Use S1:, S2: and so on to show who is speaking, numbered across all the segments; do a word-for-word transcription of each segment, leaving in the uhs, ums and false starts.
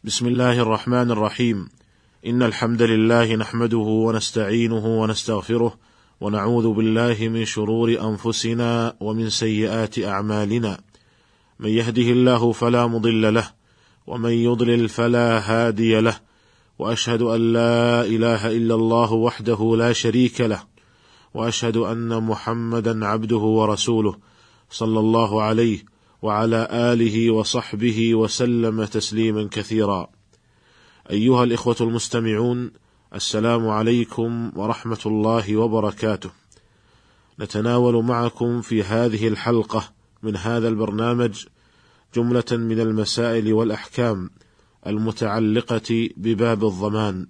S1: بسم الله الرحمن الرحيم. إن الحمد لله نحمده ونستعينه ونستغفره ونعوذ بالله من شرور أنفسنا ومن سيئات أعمالنا، من يهده الله فلا مضل له ومن يضلل فلا هادي له، وأشهد أن لا إله إلا الله وحده لا شريك له، وأشهد أن محمدا عبده ورسوله صلى الله عليه وعلى آله وصحبه وسلم تسليما كثيرا. أيها الإخوة المستمعون، السلام عليكم ورحمة الله وبركاته. نتناول معكم في هذه الحلقة من هذا البرنامج جملة من المسائل والأحكام المتعلقة بباب الضمان.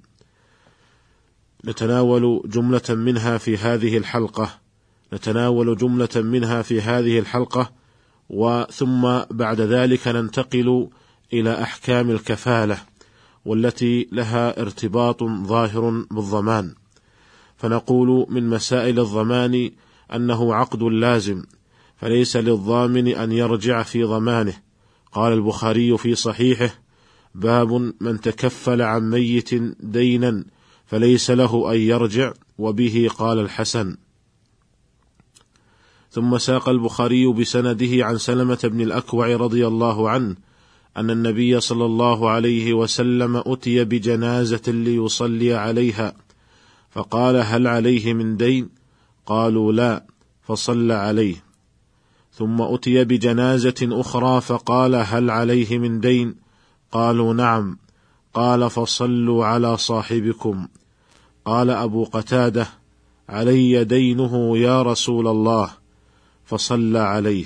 S1: نتناول جملة منها في هذه الحلقة نتناول جملة منها في هذه الحلقة وثم بعد ذلك ننتقل إلى أحكام الكفالة، والتي لها ارتباط ظاهر بالضمان. فنقول من مسائل الضمان أنه عقد لازم، فليس للضامن أن يرجع في ضمانه. قال البخاري في صحيحه: باب من تكفل عن ميت دينا فليس له أن يرجع، وبه قال الحسن. ثم ساق البخاري بسنده عن سلمة بن الأكوع رضي الله عنه أن النبي صلى الله عليه وسلم أتي بجنازة ليصلي عليها، فقال: هل عليه من دين؟ قالوا: لا، فصلى عليه. ثم أتي بجنازة أخرى فقال: هل عليه من دين؟ قالوا: نعم. قال: فصلوا على صاحبكم. قال أبو قتادة: علي دينه يا رسول الله، فصلى عليه.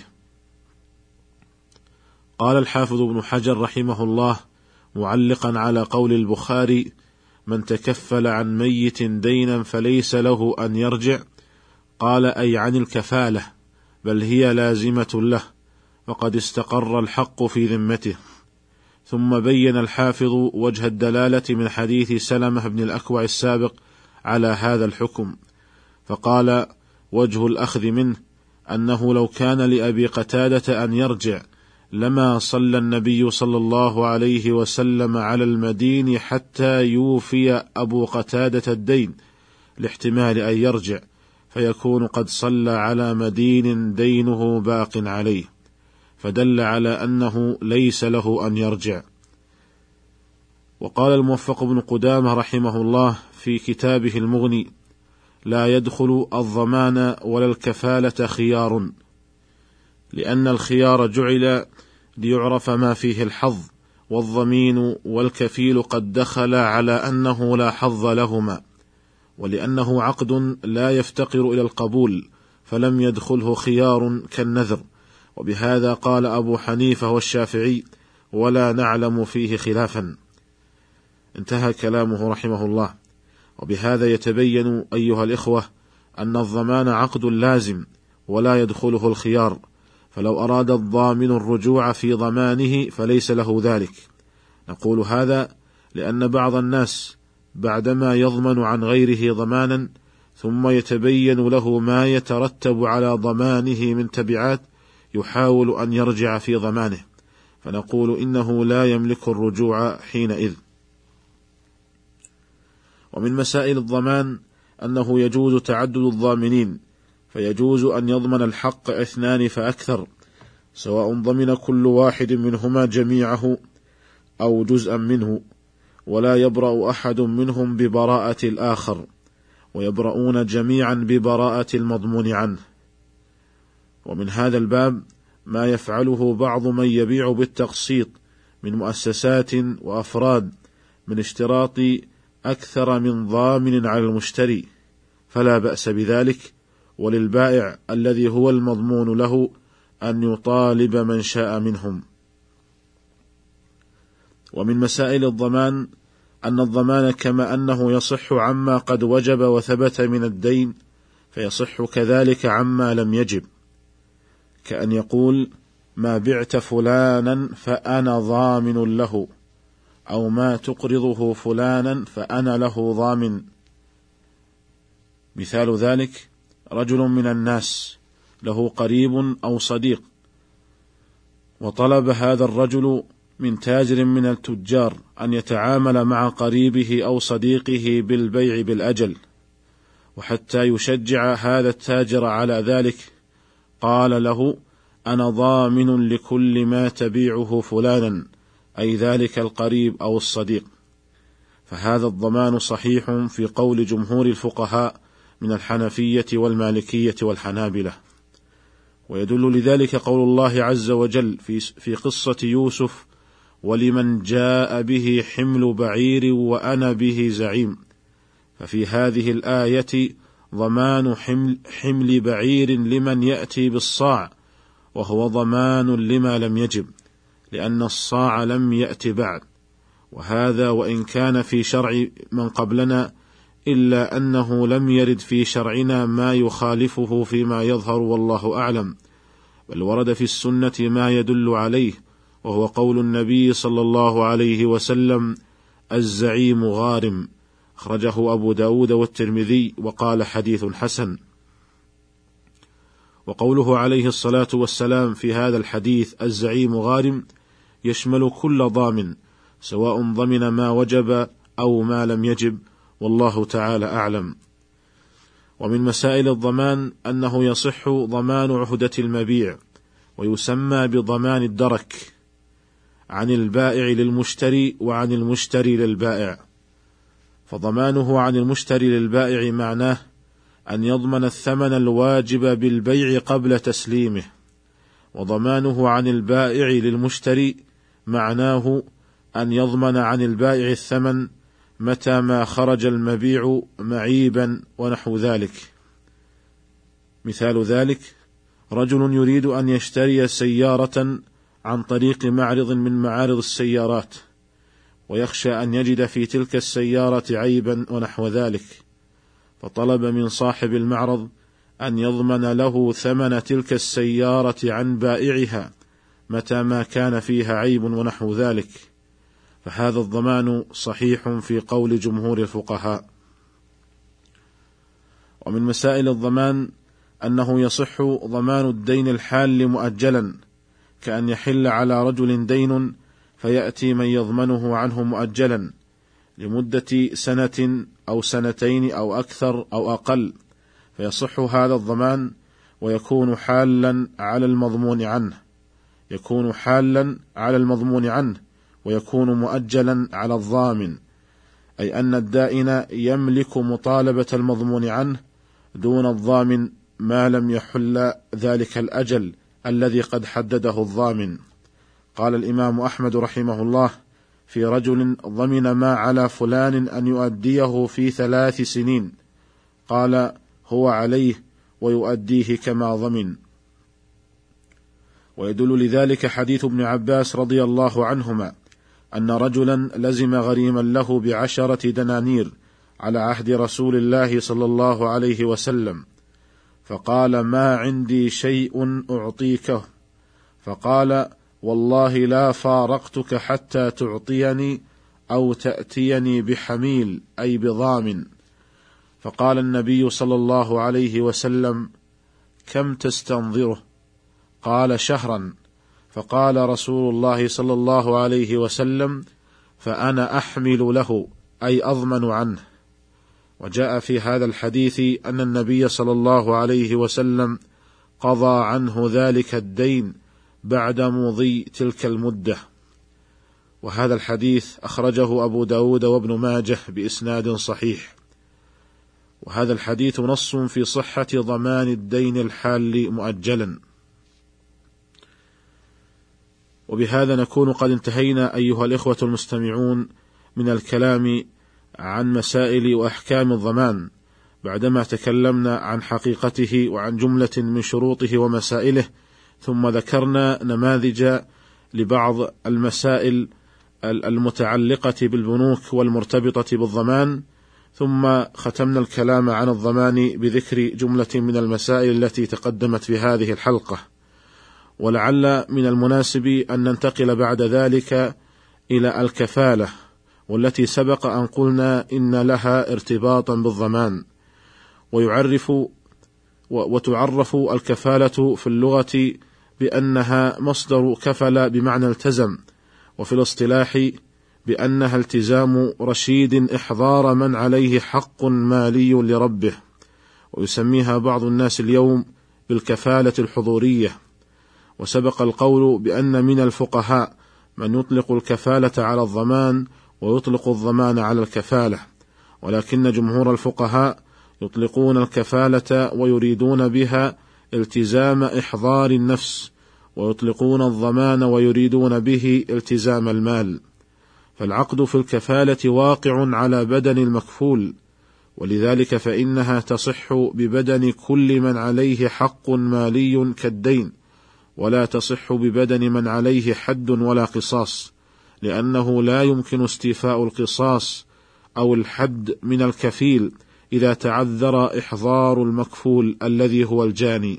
S1: قال الحافظ ابن حجر رحمه الله معلقا على قول البخاري: من تكفل عن ميت دينا فليس له أن يرجع، قال: أي عن الكفالة، بل هي لازمة له، وقد استقر الحق في ذمته. ثم بين الحافظ وجه الدلالة من حديث سلمة بن الأكوع السابق على هذا الحكم، فقال: وجه الأخذ منه أنه لو كان لأبي قتادة أن يرجع لما صلى النبي صلى الله عليه وسلم على المدين حتى يوفي أبو قتادة الدين، لاحتمال أن يرجع فيكون قد صلى على مدين دينه باق عليه، فدل على أنه ليس له أن يرجع. وقال الموفق بن قدامة رحمه الله في كتابه المغني: لا يدخل الضمان ولا الكفالة خيار، لأن الخيار جعل ليعرف ما فيه الحظ، والضمين والكفيل قد دخل على أنه لا حظ لهما، ولأنه عقد لا يفتقر إلى القبول فلم يدخله خيار كالنذر. وبهذا قال أبو حنيفة والشافعي: ولا نعلم فيه خلافا. انتهى كلامه رحمه الله. وبهذا يتبين أيها الإخوة أن الضمان عقد لازم ولا يدخله الخيار، فلو أراد الضامن الرجوع في ضمانه فليس له ذلك. نقول هذا لأن بعض الناس بعدما يضمن عن غيره ضمانا ثم يتبين له ما يترتب على ضمانه من تبعات يحاول أن يرجع في ضمانه، فنقول إنه لا يملك الرجوع حينئذ. ومن مسائل الضمان أنه يجوز تعدد الضامنين، فيجوز أن يضمن الحق اثنان فأكثر، سواء ضمن كل واحد منهما جميعه أو جزءا منه، ولا يبرأ أحد منهم ببراءة الآخر، ويبرؤون جميعا ببراءة المضمون عنه. ومن هذا الباب ما يفعله بعض من يبيع بالتقسيط من مؤسسات وأفراد من اشتراط أكثر من ضامن على المشتري، فلا بأس بذلك، وللبائع الذي هو المضمون له أن يطالب من شاء منهم. ومن مسائل الضمان أن الضمان كما أنه يصح عما قد وجب وثبت من الدين، فيصح كذلك عما لم يجب، كأن يقول: ما بعت فلانا فأنا ضامن له، أو ما تقرضه فلانا فأنا له ضامن. مثال ذلك: رجل من الناس له قريب أو صديق، وطلب هذا الرجل من تاجر من التجار أن يتعامل مع قريبه أو صديقه بالبيع بالأجل، وحتى يشجع هذا التاجر على ذلك قال له: أنا ضامن لكل ما تبيعه فلانا، أي ذلك القريب أو الصديق. فهذا الضمان صحيح في قول جمهور الفقهاء من الحنفية والمالكية والحنابلة. ويدل لذلك قول الله عز وجل في, في قصة يوسف: ولمن جاء به حمل بعير وأنا به زعيم. ففي هذه الآية ضمان حمل, حمل بعير لمن يأتي بالصاع، وهو ضمان لما لم يجب، لأن الصاع لم يأتي بعد. وهذا وإن كان في شرع من قبلنا، إلا أنه لم يرد في شرعنا ما يخالفه فيما يظهر والله أعلم، بل ورد في السنة ما يدل عليه، وهو قول النبي صلى الله عليه وسلم: الزعيم غارم، أخرجه أبو داود والترمذي وقال حديث حسن. وقوله عليه الصلاة والسلام في هذا الحديث: الزعيم غارم، يشمل كل ضامن، سواء ضمن ما وجب أو ما لم يجب، والله تعالى أعلم. ومن مسائل الضمان أنه يصح ضمان عهدة المبيع، ويسمى بضمان الدرك، عن البائع للمشتري وعن المشتري للبائع. فضمانه عن المشتري للبائع معناه أن يضمن الثمن الواجب بالبيع قبل تسليمه، وضمانه عن البائع للمشتري معناه أن يضمن عن البائع الثمن متى ما خرج المبيع معيبا ونحو ذلك. مثال ذلك: رجل يريد أن يشتري سيارة عن طريق معرض من معارض السيارات، ويخشى أن يجد في تلك السيارة عيبا ونحو ذلك، فطلب من صاحب المعرض أن يضمن له ثمن تلك السيارة عن بائعها متى ما كان فيها عيب ونحو ذلك. فهذا الضمان صحيح في قول جمهور الفقهاء. ومن مسائل الضمان أنه يصح ضمان الدين الحال مؤجلا، كأن يحل على رجل دين فيأتي من يضمنه عنه مؤجلا لمدة سنة أو سنتين أو أكثر أو أقل، فيصح هذا الضمان ويكون حالا على المضمون عنه يكون حالا على المضمون عنه ويكون مؤجلا على الضامن، أي أن الدائن يملك مطالبة المضمون عنه دون الضامن ما لم يحل ذلك الأجل الذي قد حدده الضامن. قال الإمام أحمد رحمه الله في رجل ضمن ما على فلان أن يؤديه في ثلاث سنين، قال: هو عليه ويؤديه كما ضمن. ويدل لذلك حديث ابن عباس رضي الله عنهما أن رجلا لزم غريما له بعشرة دنانير على عهد رسول الله صلى الله عليه وسلم، فقال: ما عندي شيء أعطيكه، فقال: والله لا فارقتك حتى تعطيني أو تأتيني بحميل، أي بضامن. فقال النبي صلى الله عليه وسلم: كم تستنظره؟ قال: شهرا. فقال رسول الله صلى الله عليه وسلم: فأنا أحمل له، أي أضمن عنه. وجاء في هذا الحديث أن النبي صلى الله عليه وسلم قضى عنه ذلك الدين بعد مضي تلك المدة. وهذا الحديث أخرجه أبو داود وابن ماجه بإسناد صحيح. وهذا الحديث نص في صحة ضمان الدين الحال مؤجلا. وبهذا نكون قد انتهينا أيها الإخوة المستمعون من الكلام عن مسائل وأحكام الضمان، بعدما تكلمنا عن حقيقته وعن جملة من شروطه ومسائله، ثم ذكرنا نماذج لبعض المسائل المتعلقة بالبنوك والمرتبطة بالضمان، ثم ختمنا الكلام عن الضمان بذكر جملة من المسائل التي تقدمت في هذه الحلقة. ولعل من المناسب أن ننتقل بعد ذلك إلى الكفالة، والتي سبق أن قلنا إن لها ارتباطا بالضمان. ويعرف وتعرف الكفالة في اللغة بأنها مصدر كفل بمعنى التزم، وفي الاصطلاح بأنها التزام رشيد إحضار من عليه حق مالي لربه، ويسميها بعض الناس اليوم بالكفالة الحضورية. وسبق القول بأن من الفقهاء من يطلق الكفالة على الضمان ويطلق الضمان على الكفالة، ولكن جمهور الفقهاء يطلقون الكفالة ويريدون بها التزام إحضار النفس، ويطلقون الضمان ويريدون به التزام المال. فالعقد في الكفالة واقع على بدن المكفول، ولذلك فإنها تصح ببدن كل من عليه حق مالي كالدين، ولا تصح ببدن من عليه حد ولا قصاص، لأنه لا يمكن استيفاء القصاص أو الحد من الكفيل إذا تعذر إحضار المكفول الذي هو الجاني.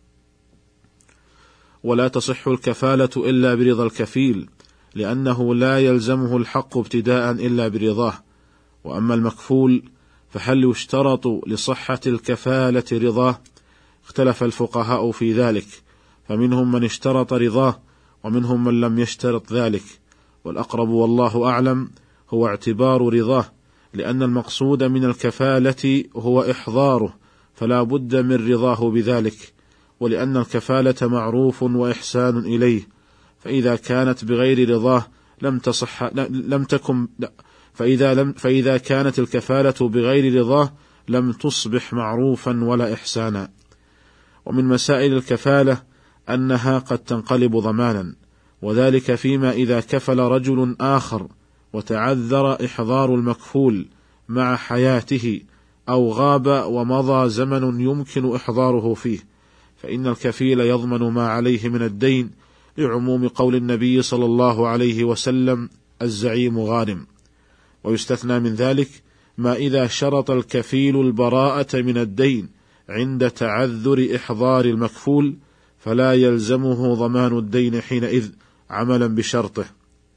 S1: ولا تصح الكفالة إلا برضا الكفيل، لأنه لا يلزمه الحق ابتداء إلا برضاه. وأما المكفول فهل يشترط لصحة الكفالة رضاه؟ اختلف الفقهاء في ذلك، فمنهم من اشترط رضاه ومنهم من لم يشترط ذلك، والأقرب والله أعلم هو اعتبار رضاه، لأن المقصود من الكفالة هو إحضاره، فلا بد من رضاه بذلك، ولأن الكفالة معروف وإحسان إليه، فإذا كانت بغير رضاه لم تصح لم تكن فإذا لم فإذا كانت الكفالة بغير رضاه لم تصبح معروفا ولا إحسانا. ومن مسائل الكفالة أنها قد تنقلب ضمانا، وذلك فيما إذا كفل رجل آخر وتعذر إحضار المكفول مع حياته أو غاب ومضى زمن يمكن إحضاره فيه، فإن الكفيل يضمن ما عليه من الدين، لعموم قول النبي صلى الله عليه وسلم: الزعيم غارم. ويستثنى من ذلك ما إذا شرط الكفيل البراءة من الدين عند تعذر إحضار المكفول، فلا يلزمه ضمان الدين حينئذ عملا بشرطه.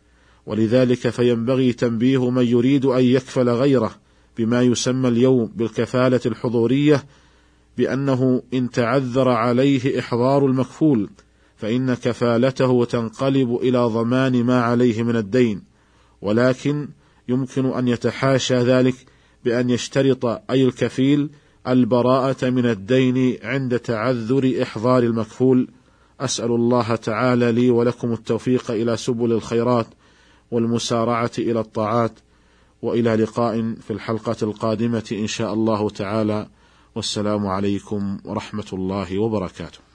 S1: ولذلك فينبغي تنبيه من يريد أن يكفل غيره بما يسمى اليوم بالكفالة الحضورية، بأنه إن تعذر عليه إحضار المكفول فإن كفالته تنقلب إلى ضمان ما عليه من الدين، ولكن يمكن أن يتحاشى ذلك بأن يشترط أي الكفيل البراءة من الدين عند تعذر إحضار المكفول. أسأل الله تعالى لي ولكم التوفيق إلى سبل الخيرات والمسارعة إلى الطاعات، وإلى لقاء في الحلقة القادمة إن شاء الله تعالى، والسلام عليكم ورحمة الله وبركاته.